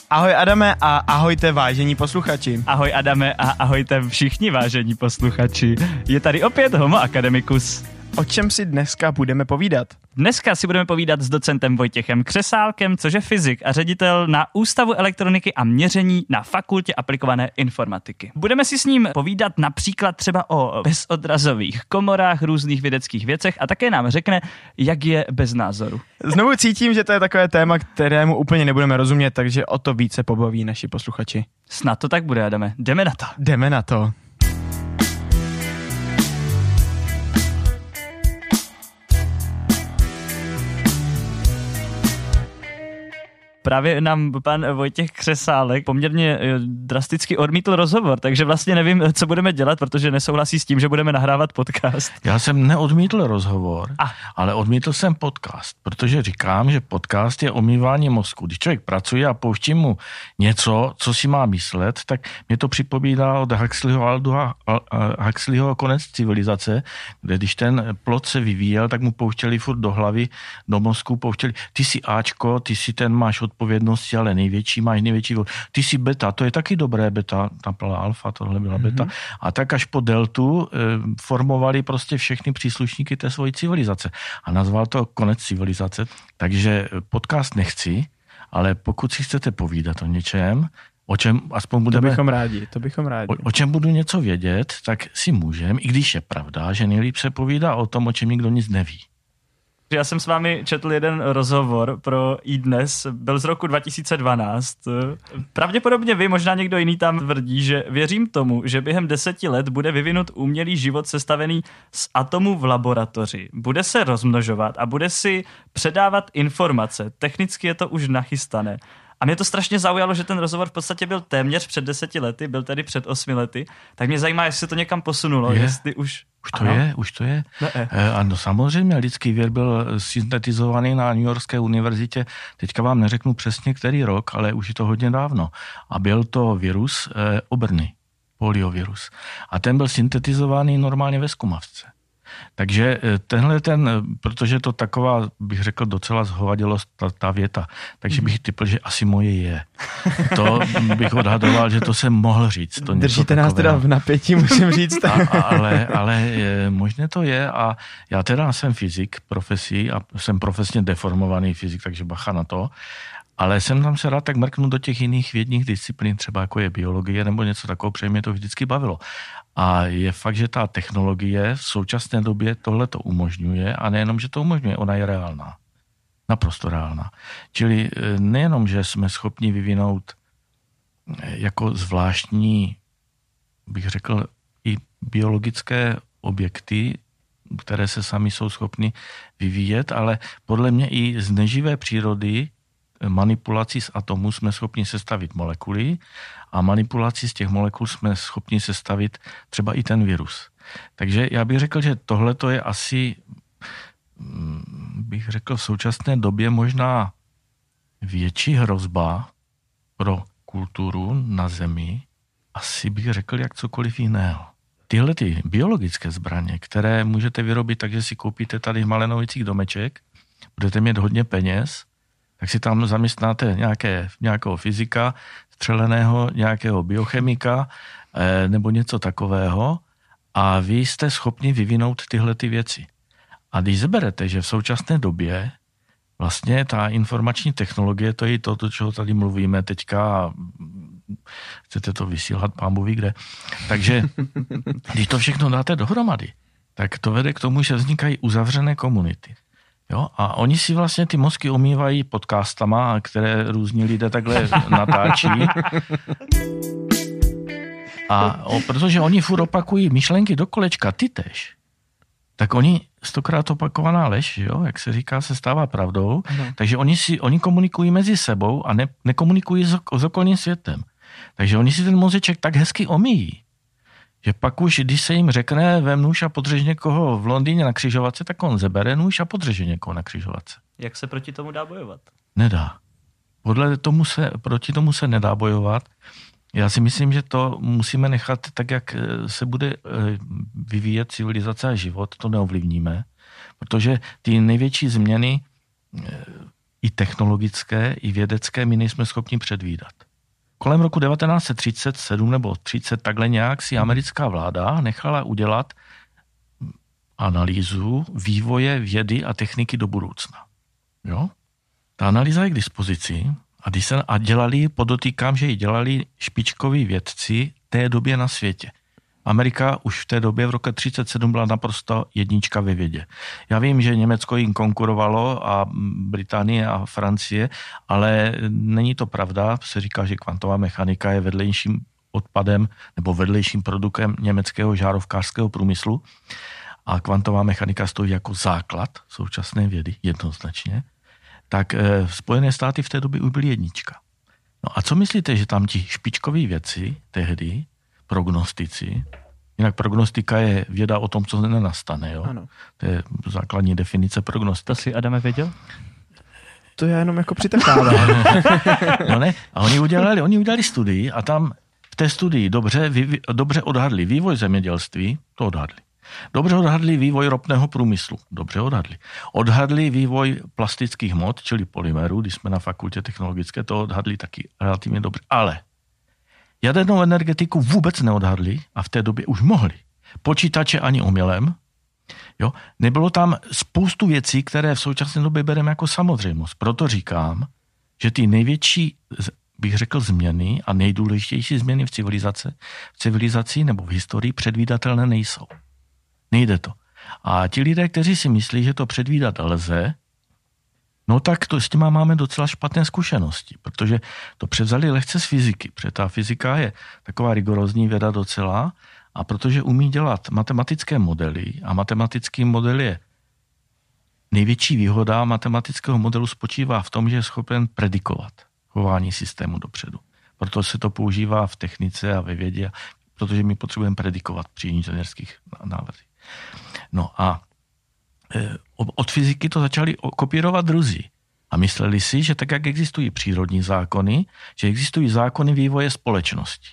Ahoj Adame a ahojte vážení posluchači. Ahoj Adame a ahojte všichni vážení posluchači. Je tady opět Homo Academicus. O čem si dneska budeme povídat? Dneska si budeme povídat s docentem Vojtěchem Křesálkem, což je fyzik a ředitel na Ústavu elektroniky a měření na Fakultě aplikované informatiky. Budeme si s ním povídat například třeba o bezodrazových komorách, různých vědeckých věcech a také nám řekne, jak je bez názoru. Znovu cítím, že to je takové téma, kterému úplně nebudeme rozumět, takže o to více pobaví naši posluchači. Snad to tak bude, Adame. Jdeme na to. Jdeme na to. Právě nám pan Vojtěch Křesálek poměrně drasticky odmítl rozhovor, takže vlastně nevím, co budeme dělat, protože nesouhlasí s tím, že budeme nahrávat podcast. Já jsem neodmítl rozhovor, ale odmítl jsem podcast, protože říkám, že podcast je omývání mozku. Když člověk pracuje a pouští mu něco, co si má myslet, tak mě to připomíná od Huxleyho Konec civilizace, kde když ten plot se vyvíjel, tak mu pouštěli furt do hlavy, do mozku, pouštěli, ty jsi Ačko, ty si ten máš odpovědnosti, ale největší, máš největší. Ty jsi beta, to je taky dobré beta, tam byla alfa, tohle byla beta. A tak až po deltu formovali prostě všechny příslušníky té svojí civilizace. A nazval to Konec civilizace. Takže podcast nechci, ale pokud si chcete povídat o něčem, o čem aspoň budeme... To bychom rádi. O čem budu něco vědět, tak si můžem, i když je pravda, že nejlíp se povídá o tom, o čem nikdo nic neví. Já jsem s vámi četl jeden rozhovor pro iDnes, byl z roku 2012. Pravděpodobně vy, možná někdo jiný tam tvrdí, že věřím tomu, že během 10 let bude vyvinut umělý život sestavený z atomů v laboratoři. Bude se rozmnožovat a bude si předávat informace. Technicky je to už nachystané. A mě to strašně zaujalo, že ten rozhovor v podstatě byl téměř před 10 lety, byl tedy před 8 lety. Tak mě zajímá, jestli se to někam posunulo, jestli už... Už to je. Ano, samozřejmě, lidský věr byl syntetizovaný na New Yorkské univerzitě. Teďka vám neřeknu přesně, který rok, ale už je to hodně dávno. A byl to virus obrny, poliovirus. A ten byl syntetizovaný normálně ve zkumavce. Takže protože to taková, bych řekl, docela zhovadělost ta věta, takže bych typl, že asi moje je. To bych odhadoval, že to jsem mohl říct. To držíte nás teda v napětí, musím říct. Ale možné to je a já teda jsem fyzik profesí a jsem profesně deformovaný fyzik, takže bacha na to. Ale jsem tam se rád tak mrknout do těch jiných vědních disciplín, třeba jako je biologie nebo něco takového, protože mě to vždycky bavilo. A je fakt, že ta technologie v současné době tohle to umožňuje a nejenom, že to umožňuje, ona je reálná. Naprosto reálná. Čili nejenom, že jsme schopni vyvinout jako zvláštní, bych řekl, i biologické objekty, které se sami jsou schopni vyvíjet, ale podle mě i z neživé přírody manipulací z atomů jsme schopni sestavit molekuly a manipulací z těch molekul jsme schopni sestavit třeba i ten virus. Takže já bych řekl, že tohle to je asi, bych řekl, v současné době možná větší hrozba pro kulturu na Zemi, asi bych řekl, jak cokoliv jiného. Tyhle ty biologické zbraně, které můžete vyrobit tak, že si koupíte tady v Malenovicích domeček, budete mít hodně peněz, tak si tam zaměstnáte nějakého fyzika, střeleného, nějakého biochemika nebo něco takového a vy jste schopni vyvinout tyhle ty věci. A když zeberete, že v současné době vlastně ta informační technologie, to je to, čeho tady mluvíme teďka, chcete to vysílat, pán Bůh ví kde. Takže když to všechno dáte dohromady, tak to vede k tomu, že vznikají uzavřené komunity. Jo? A oni si vlastně ty mozky omývají podcastama, které různí lidé takhle natáčí. A protože oni furt opakují myšlenky do kolečka, ty tež, tak oni 100krát opakovaná lež, jo? Jak se říká, se stává pravdou. Takže oni komunikují mezi sebou a nekomunikují s okolním světem. Takže oni si ten mozeček tak hezky omíjí, že pak už, když se jim řekne, vem nůž a podřež někoho v Londýně na křižovatce, tak on zebere nůž a podřeže někoho na křižovatce. Jak se proti tomu dá bojovat? Nedá. Proti tomu se nedá bojovat. Já si myslím, že to musíme nechat tak, jak se bude vyvíjet civilizace a život, to neovlivníme, protože ty největší změny i technologické, i vědecké my nejsme schopni předvídat. Kolem roku 1937 nebo 30 takhle nějak si americká vláda nechala udělat analýzu vývoje vědy a techniky do budoucna. Jo? Ta analýza je k dispozici a dělali, podotýkám, že ji dělali špičkoví vědci té době na světě. Amerika už v té době v roku 1937 byla naprosto jednička ve vědě. Já vím, že Německo jim konkurovalo a Británie a Francie, ale není to pravda. Se říká, že kvantová mechanika je vedlejším odpadem nebo vedlejším produktem německého žárovkářského průmyslu a kvantová mechanika stojí jako základ současné vědy jednoznačně. Tak Spojené státy v té době už byly jednička. No a co myslíte, že tam ti špičkoví vědci tehdy, prognostici, jinak prognostika je věda o tom, co nenastane, jo? Ano. To je základní definice prognostiky. To si, Adame, věděl? To já jenom jako přitakávám. No ne, a oni udělali studii a tam v té studii dobře odhadli vývoj zemědělství, to odhadli. Dobře odhadli vývoj ropného průmyslu, dobře odhadli. Odhadli vývoj plastických hmot, čili polymerů, když jsme na fakultě technologické, to odhadli taky relativně dobře. Ale jadernou energetiku vůbec neodhadli a v té době už mohli. Počítače ani omylem. Jo? Nebylo tam spoustu věcí, které v současné době bereme jako samozřejmost. Proto říkám, že ty největší, bych řekl, změny a nejdůležitější změny v civilizaci nebo v historii předvídatelné nejsou. Nejde to. A ti lidé, kteří si myslí, že to předvídat lze, no tak to s tím máme docela špatné zkušenosti, protože to převzali lehce z fyziky, protože ta fyzika je taková rigorózní věda docela a protože umí dělat matematické modely a matematický model je největší výhoda matematického modelu spočívá v tom, že je schopen predikovat chování systému dopředu. Proto se to používá v technice a ve vědě, protože my potřebujeme predikovat při inženýrských návrzích. No a od fyziky to začali kopírovat druzí. A mysleli si, že tak, jak existují přírodní zákony, že existují zákony vývoje společnosti.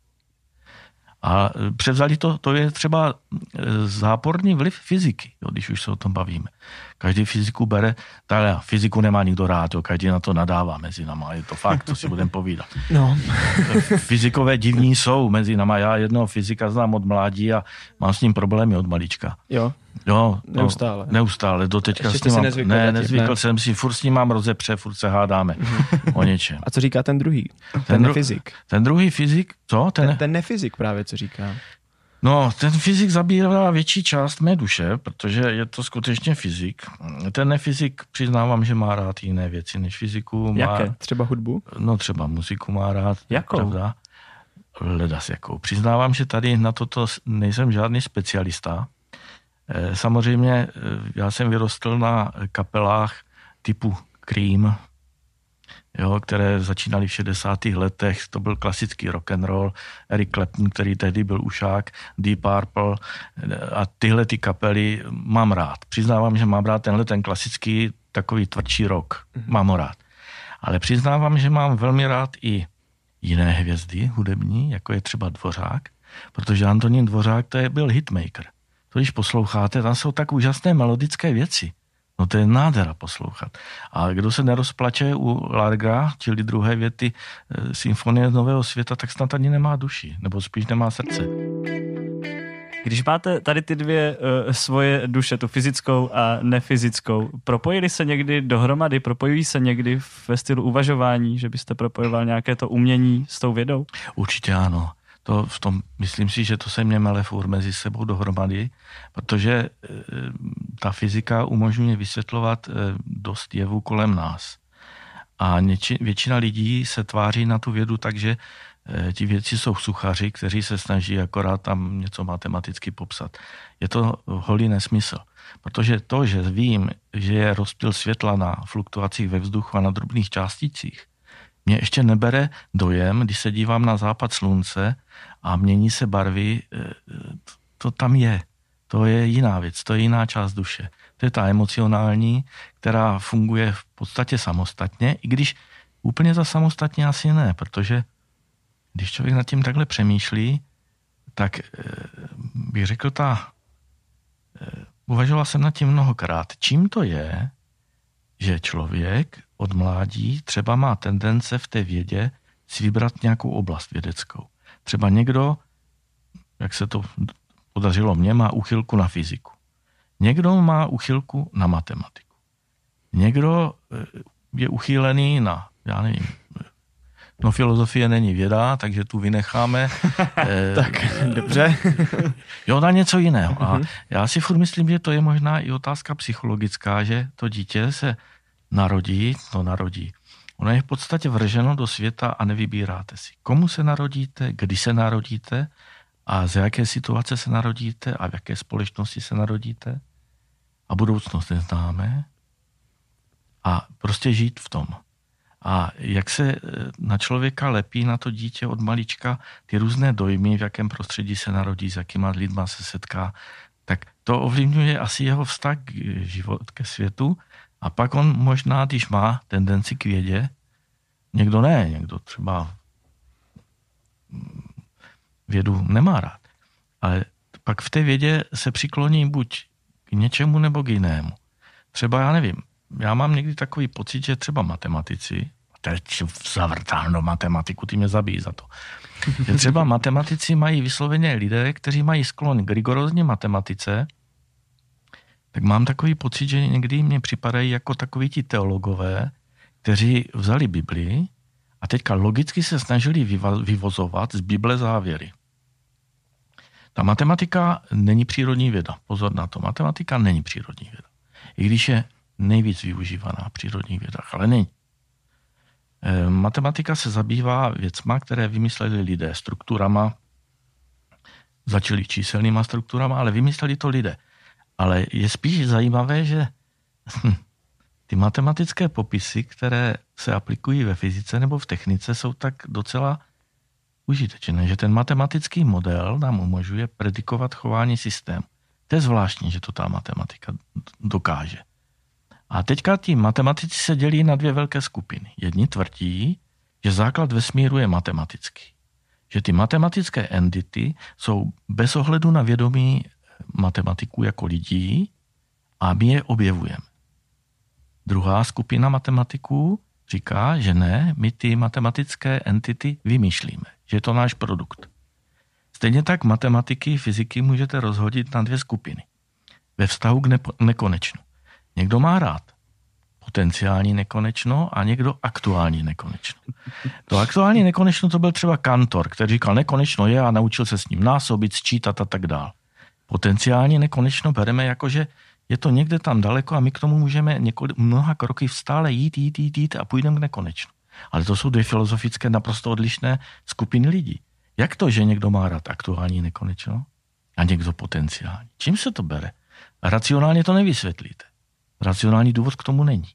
A převzali to je třeba záporný vliv fyziky, jo, když už se o tom bavíme. Každý fyziku bere, ale fyziku nemá nikdo rád, jo, každý na to nadává mezi náma, je to fakt, co si budeme povídat. No. Fyzikové divní jsou mezi náma, já jednoho fyzika znám od mládí a mám s ním problémy od malička. Jo? Jo, Neustále. Neustále, doteďka ještě s ním nezvykl. Nezvykl jsem si, furt s ním mám rozepře, furt se hádáme o něčem. A co říká ten druhý? Ten nefyzik. Ten druhý fyzik, co? Ten nefyzik právě, co říká. No, ten fyzik zabírá větší část mé duše, protože je to skutečně fyzik. Ten nefyzik přiznávám, že má rád jiné věci než fyziku. Jaké? Třeba hudbu? No, třeba muziku má rád. Jakou? Pravda. Ledas jakou. Přiznávám, že tady na toto nejsem žádný specialista. Samozřejmě já jsem vyrostl na kapelách typu Cream, jo, které začínaly v 60. letech, to byl klasický rock and roll, Eric Clapton, který tehdy byl ušák, Deep Purple a tyhle ty kapely mám rád. Přiznávám, že mám rád ten klasický takový tvrdší rock, mám ho rád. Ale přiznávám, že mám velmi rád i jiné hvězdy hudební, jako je třeba Dvořák, protože Antonín Dvořák to byl hitmaker. To když posloucháte, tam jsou tak úžasné melodické věci. No to je nádhera poslouchat. A kdo se nerozplače u Larga, čili druhé věty Symfonie z Nového světa, tak snad ani nemá duši, nebo spíš nemá srdce. Když máte tady ty dvě svoje duše, tu fyzickou a nefyzickou, propojili se někdy dohromady, propojují se někdy ve stylu uvažování, že byste propojoval nějaké to umění s tou vědou? Určitě ano. To v tom, myslím si, že to se mě mele furt mezi sebou dohromady, protože ta fyzika umožňuje vysvětlovat dost jevů kolem nás. A většina lidí se tváří na tu vědu tak, že ti vědci jsou suchaři, kteří se snaží akorát tam něco matematicky popsat. Je to holý nesmysl. Protože to, že vím, že je rozptyl světla na fluktuacích ve vzduchu a na drobných částicích, mě ještě nebere dojem, když se dívám na západ slunce a mění se barvy, to tam je. To je jiná věc, to je jiná část duše. To je ta emocionální, která funguje v podstatě samostatně, i když úplně za samostatně asi ne, protože když člověk nad tím takhle přemýšlí, tak bych řekl uvažoval jsem nad tím mnohokrát. Čím to je, že člověk od mládí třeba má tendence v té vědě si vybrat nějakou oblast vědeckou. Třeba někdo, jak se to podařilo mně, má úchylku na fyziku. Někdo má úchylku na matematiku. Někdo je uchýlený na, já nevím, no filozofie není věda, takže tu vynecháme. Tak, dobře. Jo, na něco jiného. A já si furt myslím, že to je možná i otázka psychologická, že to dítě se narodí. Ono je v podstatě vrženo do světa a nevybíráte si. Komu se narodíte, kdy se narodíte a z jaké situace se narodíte a v jaké společnosti se narodíte. A budoucnost neznáme. A prostě žít v tom. A jak se na člověka lepí, na to dítě od malička, ty různé dojmy, v jakém prostředí se narodí, s jakýma lidma se setká, tak to ovlivňuje asi jeho vztah ke světu. A pak on možná, když má tendenci k vědě, někdo ne, někdo třeba vědu nemá rád. Ale pak v té vědě se přikloní buď k něčemu nebo k jinému. Třeba já nevím, já mám někdy takový pocit, že třeba matematici, teď zavrtám do matematiku, ty mě zabijí za to, že třeba matematici mají vysloveně lidé, kteří mají sklon k rigorózní matematice, tak mám takový pocit, že někdy mě připadají jako takoví ti teologové, kteří vzali Bibli a teďka logicky se snažili vyvozovat z Bible závěry. Ta matematika není přírodní věda. Pozor na to, matematika není přírodní věda. I když je nejvíc využívaná v přírodních vědách, ale není. Matematika se zabývá věcma, které vymysleli lidé, strukturama, začali číselnýma strukturama, ale vymysleli to lidé. Ale je spíš zajímavé, že ty matematické popisy, které se aplikují ve fyzice nebo v technice, jsou tak docela užitečné, že ten matematický model nám umožňuje predikovat chování systému. To je zvláštní, že to ta matematika dokáže. A teďka ti matematici se dělí na dvě velké skupiny. Jedni tvrdí, že základ vesmíru je matematický. Že ty matematické entity jsou bez ohledu na vědomí matematiků jako lidí a my je objevujeme. Druhá skupina matematiků říká, že ne, my ty matematické entity vymýšlíme, že je to náš produkt. Stejně tak matematiky, fyziky můžete rozhodit na dvě skupiny. Ve vztahu k nekonečnu. Někdo má rád potenciální nekonečno a někdo aktuální nekonečno. To aktuální nekonečno to byl třeba Kantor, který říkal, nekonečno je a naučil se s ním násobit, sčítat a tak dál. Potenciální nekonečno bereme jako, že je to někde tam daleko a my k tomu můžeme mnoha kroky stále jít a půjdeme k nekonečnu. Ale to jsou dvě filozofické naprosto odlišné skupiny lidí. Jak to, že někdo má rád aktuální nekonečno a někdo potenciální? Čím se to bere? Racionálně to nevysvětlíte. Racionální důvod k tomu není.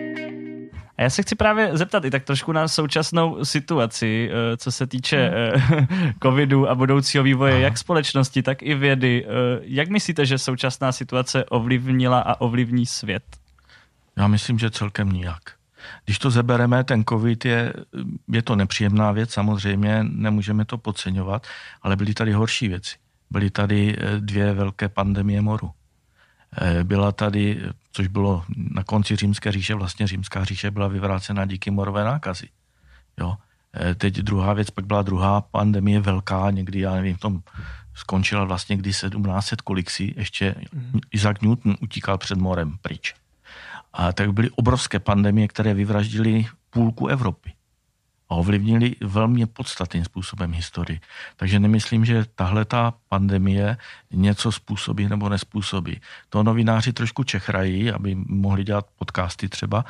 A já se chci právě zeptat i tak trošku na současnou situaci, co se týče covidu a budoucího vývoje jak společnosti, tak i vědy. Jak myslíte, že současná situace ovlivnila a ovlivní svět? Já myslím, že celkem nijak. Když to zebereme, ten covid je to nepříjemná věc, samozřejmě nemůžeme to podceňovat, ale byly tady horší věci. Byly tady dvě velké pandemie moru. Byla tady, což bylo na konci Římské říše, vlastně Římská říše byla vyvrácena díky morové nákazy. Jo. Teď druhá věc, pak byla druhá pandemie velká, někdy, já nevím, v tom skončila vlastně kdy 1700 kolik ještě Isaac Newton utíkal před morem pryč. A tak byly obrovské pandemie, které vyvraždily půlku Evropy a ovlivnili velmi podstatným způsobem historii. Takže nemyslím, že tahleta pandemie něco způsobí nebo nespůsobí. To novináři trošku čechrají, aby mohli dělat podcasty třeba,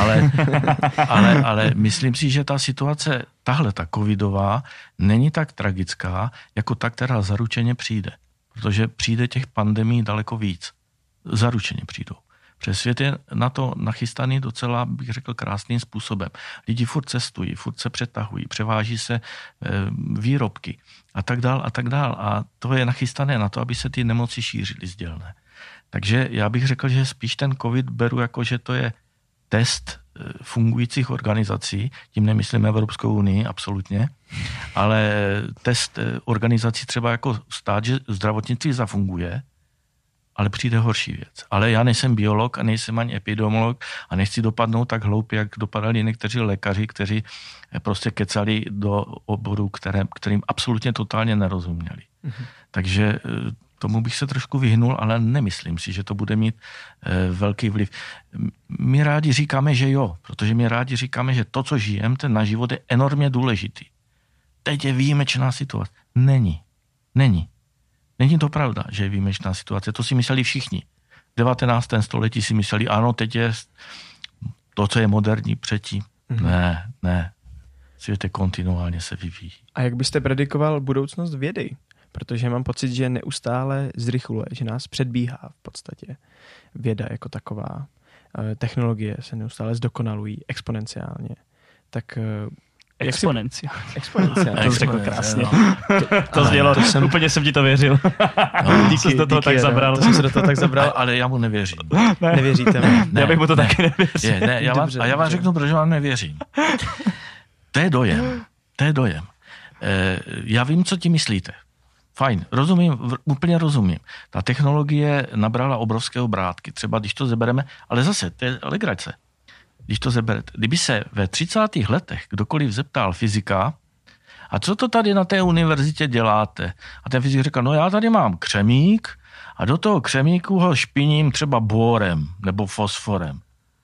ale myslím si, že ta situace, tahleta covidová, není tak tragická, jako ta, která zaručeně přijde. Protože přijde těch pandemií daleko víc. Zaručeně přijdou. Přes svět je na to nachystaný docela, bych řekl, krásným způsobem. Lidi furt cestují, furt se přetahují, převáží se výrobky a tak dál a tak dál. A to je nachystané na to, aby se ty nemoci šířily sdělné. Takže já bych řekl, že spíš ten covid beru jako, že to je test fungujících organizací, tím nemyslím Evropskou unii, absolutně, ale test organizací třeba jako stát, že zdravotnictví zafunguje, ale přijde horší věc. Ale já nejsem biolog a nejsem ani epidemiolog a nechci dopadnout tak hloupě, jak dopadali někteří lékaři, kteří prostě kecali do oboru, kterým absolutně totálně nerozuměli. Takže tomu bych se trošku vyhnul, ale nemyslím si, že to bude mít velký vliv. My rádi říkáme, že jo, protože my rádi říkáme, že to, co žijeme, ten náš život je enormně důležitý. Teď je výjimečná situace. Není to pravda, že je výjimečná situace. To si mysleli všichni. V 19. století si mysleli, ano, teď je to, co je moderní předtím. Ne. Svět kontinuálně se vyvíjí. A jak byste predikoval budoucnost vědy? Protože mám pocit, že neustále zrychluje, že nás předbíhá v podstatě věda jako taková. Technologie se neustále zdokonalují exponenciálně. Tak Exponenciálně. Exponenciálně. To jsi řekl krásně. To znělo, úplně jsem ti to věřil. Díky, jsem se do toho tak zabral. To jsem se do toho tak zabral. Ale já mu nevěřím. Nevěříte mi? Já bych mu to taky nevěřil. Já vám řeknu, proč vám nevěřím. To je dojem. Já vím, co ti myslíte. Fajn, úplně rozumím. Ta technologie nabrala obrovské obrátky. Třeba když to zebereme, ale zase, to je legrace. Když to zeberete. Kdyby se ve 30. letech kdokoliv zeptal fyzika, a co to tady na té univerzitě děláte? A ten fyzik řekl, no já tady mám křemík a do toho křemíku ho špiním třeba bórem nebo fosforem.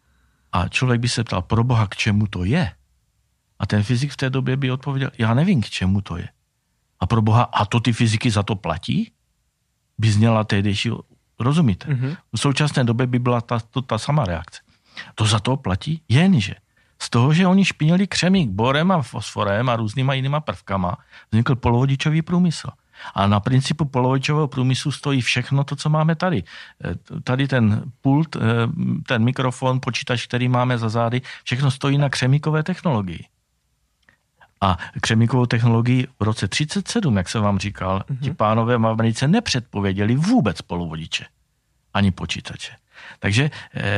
A člověk by se ptal, proboha, k čemu to je? A ten fyzik v té době by odpověděl, já nevím, k čemu to je. A proboha, a to ty fyziky za to platí? By zněla tehdejší, rozumíte? V současné době by byla ta sama reakce. To za to platí, jenže z toho, že oni špinili křemík borem a fosforem a různýma jinýma prvkama, vznikl polovodičový průmysl. A na principu polovodičového průmyslu stojí všechno to, co máme tady. Tady ten pult, ten mikrofon, počítač, který máme za zády, všechno stojí na křemíkové technologii. A křemíkovou technologii v roce 1937, jak jsem vám říkal, ti pánové v Americe nepředpověděli vůbec polovodiče, ani počítače. Takže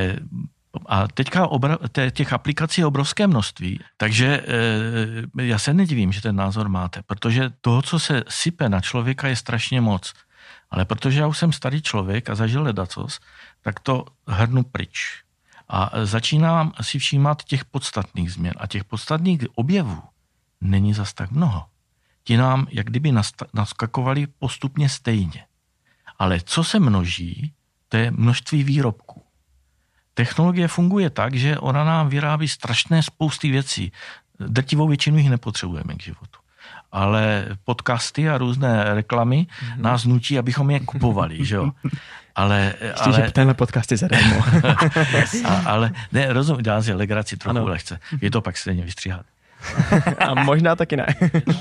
a teďka těch aplikací je obrovské množství, takže já se nedivím, že ten názor máte, protože toho, co se sype na člověka, je strašně moc. Ale protože já už jsem starý člověk a zažil ledacos, tak to hrnu pryč. A začínám si všímat těch podstatných změn. A těch podstatných objevů není zas tak mnoho. Ti nám jak kdyby naskakovali postupně stejně. Ale co se množí, to je množství výrobků. Technologie funguje tak, že ona nám vyrábí strašné spousty věcí. Drtivou většinu jich nepotřebujeme k životu. Ale podcasty a různé reklamy nás nutí, abychom je kupovali, že jo? Ale že tenhle podcast je zadarmo. ale ne, rozumím, dá si legraci trochu lehce. Je to pak stejně vystříhat. A možná taky ne.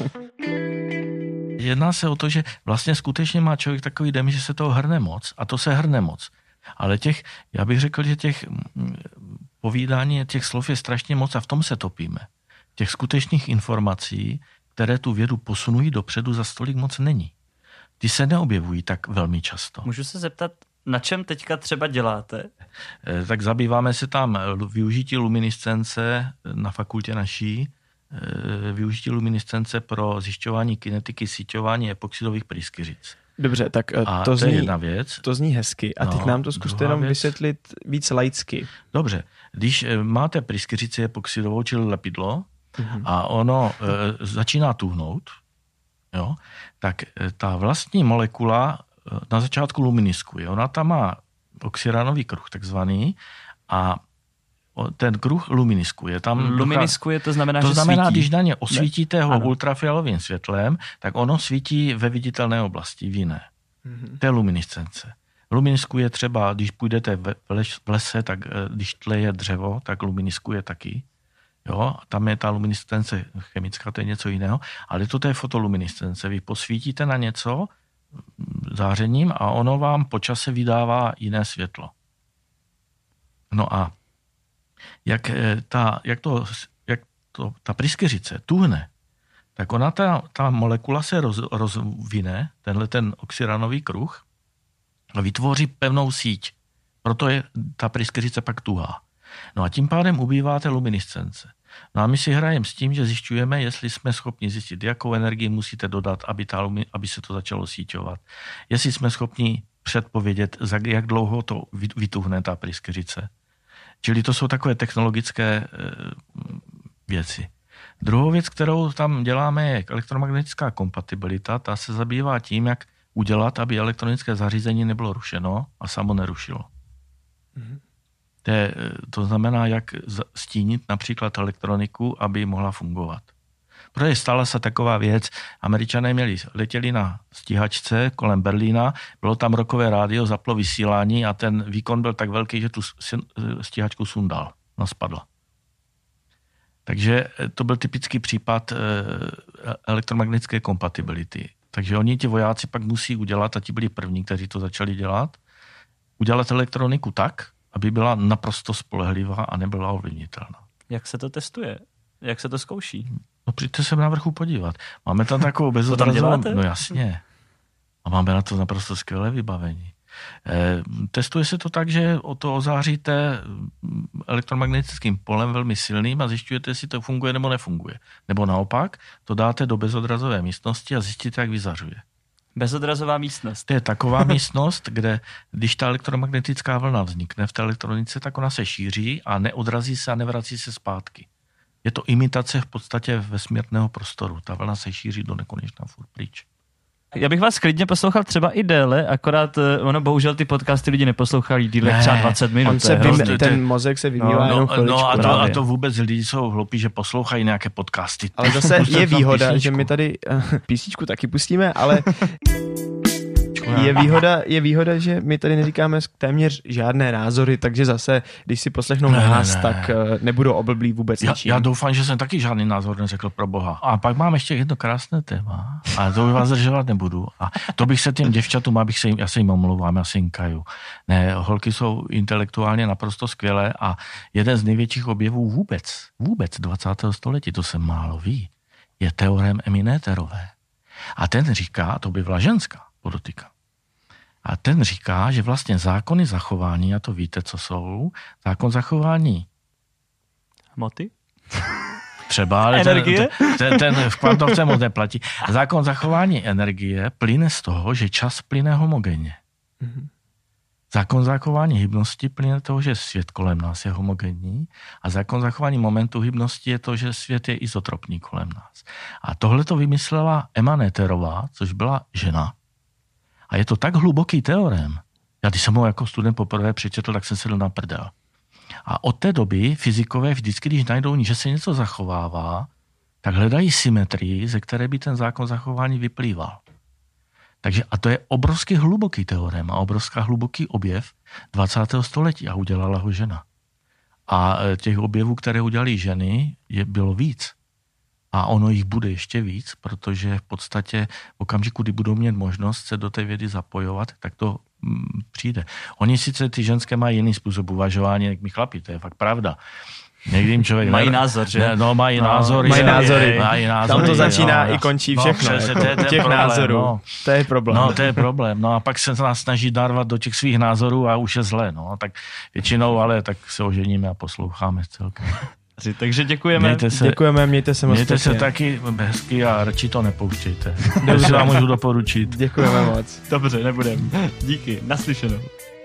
Jedná se o to, že vlastně skutečně má člověk takový dojem, že se toho hrne moc a to se hrne moc. Ale já bych řekl, že těch povídání, těch slov je strašně moc a v tom se topíme. Těch skutečných informací, které tu vědu posunují dopředu, za stolik moc není. Ty se neobjevují tak velmi často. Můžu se zeptat, na čem teďka třeba děláte? Tak zabýváme se tam využití luminiscence na fakultě naší, využití luminiscence pro zjišťování kinetiky síťování epoxidových pryskyřic. Dobře, tak to je jedna věc. To zní hezky. A teď nám to zkuste jenom vysvětlit víc laicky. Dobře, když máte pryskyřici epoxidovou, čili lepidlo, a ono začíná tuhnout, jo, tak ta vlastní molekula na začátku luminiskuje. Ona tam má oxyranový kruh takzvaný a ten kruh luminiskuje. Luminiskuje, to znamená, že svítí. To znamená, když na ně osvítíte ho ultrafialovým světlem, tak ono svítí ve viditelné oblasti v jiné. To je luminiscence. Luminiskuje třeba, když půjdete v lese, tak když tleje dřevo, tak luminiskuje taky. Jo, tam je ta luminiscence chemická, to je něco jiného, ale toto je fotoluminiscence. Vy posvítíte na něco zářením a ono vám po čase vydává jiné světlo. No a jak ta pryskyřice tuhne, tak ona ta molekula se rozvine, ten oxyranový kruh, a vytvoří pevnou síť. Proto je ta pryskyřice pak tuhá. No a tím pádem ubývá té luminiscence. No a my si hrajeme s tím, že zjišťujeme, jestli jsme schopni zjistit, jakou energii musíte dodat, aby se to začalo síťovat. Jestli jsme schopni předpovědět, za jak dlouho to vytuhne ta pryskyřice. Čili to jsou takové technologické věci. Druhou věc, kterou tam děláme, je elektromagnetická kompatibilita. Ta se zabývá tím, jak udělat, aby elektronické zařízení nebylo rušeno a samo nerušilo. To znamená, jak stínit například elektroniku, aby mohla fungovat. Protože stala se taková věc, Američané letěli na stíhačce kolem Berlína, bylo tam rokové rádio, zaplo vysílání a ten výkon byl tak velký, že tu stíhačku sundal, no spadla. Takže to byl typický případ elektromagnetické kompatibility. Takže oni, ti vojáci, pak musí udělat, a ti byli první, kteří to začali dělat, udělat elektroniku tak, aby byla naprosto spolehlivá a nebyla ovlivnitelná. Jak se to testuje? Jak se to zkouší? No přijďte se na vrchu podívat. Máme tam takovou bezodrazovou... No jasně. A máme na to naprosto skvělé vybavení. Testuje se to tak, že to ozáříte elektromagnetickým polem velmi silným a zjišťujete, jestli to funguje nebo nefunguje. Nebo naopak, to dáte do bezodrazové místnosti a zjistíte, jak vyzařuje. Bezodrazová místnost. To je taková místnost, kde když ta elektromagnetická vlna vznikne v té elektronice, tak ona se šíří a neodrazí se a nevrací se zpátky. Je to imitace v podstatě vesmírného prostoru. Ta vlna se šíří do nekonečna furt pryč. Já bych vás klidně poslouchal třeba i déle, akorát bohužel ty podcasty lidi neposlouchají díle třeba 20 minut. Ten mozek se vymývá jenom chviličku. A to vůbec lidi jsou hloupí, že poslouchají nějaké podcasty. Ale zase je výhoda, že my tady písničku taky pustíme, ale je výhoda, že my tady neříkáme téměř žádné názory, takže zase, když si poslechnou nás, tak nebudou oblblí vůbec ničím. Já doufám, že jsem taky žádný názor neřekl, pro boha. A pak mám ještě jedno krásné téma, a to bych vás zdržovat nebudu. A to bych se těm děvčatům, já se jim omlouvám, já se jim kaju. Ne, holky jsou intelektuálně naprosto skvělé a jeden z největších objevů vůbec 20. století, to se málo ví, je teorem Eminéterové. A ten říká, to by byla ženská, podotýkám. A ten říká, že vlastně zákony zachování, a to víte, co jsou, zákon zachování hmoty? Třeba, ale energie? Ten v kvantovce moc neplatí. Zákon zachování energie plyne z toho, že čas plyne homogenně. Zákon zachování hybnosti plyne z toho, že svět kolem nás je homogenní a zákon zachování momentu hybnosti je to, že svět je izotropní kolem nás. A tohle to vymyslela Emanéterová, což byla žena. A je to tak hluboký teorem. Já když jsem ho jako student poprvé přečetl, tak jsem sedl na prdel. A od té doby fyzikové vždycky, když najdou, že se něco zachovává, tak hledají symetrii, ze které by ten zákon zachování vyplýval. Takže a to je obrovský hluboký teorem a obrovská hluboký objev 20. století a udělala ho žena. A těch objevů, které udělali ženy, bylo víc. A ono jich bude ještě víc, protože v podstatě v okamžiku, kdy budou mít možnost se do té vědy zapojovat, tak to přijde. Oni sice ty ženské mají jiný způsob uvažování, jak my chlapi, to je fakt pravda. Někdy jim člověk... Mají názor, že? Mají názory. Tam to začíná i končí všechno. Těch názorů. To je problém. To je problém. A pak se nás snaží narvat do těch svých názorů a už je zlé. Tak většinou, ale tak se oženíme a posloucháme celkem. Takže děkujeme. Mějte se moc. Mějte se taky hezky a radši to nepouštějte. To si vám můžu doporučit. Děkujeme moc. Dobře, nebudem. Díky, naslyšenou.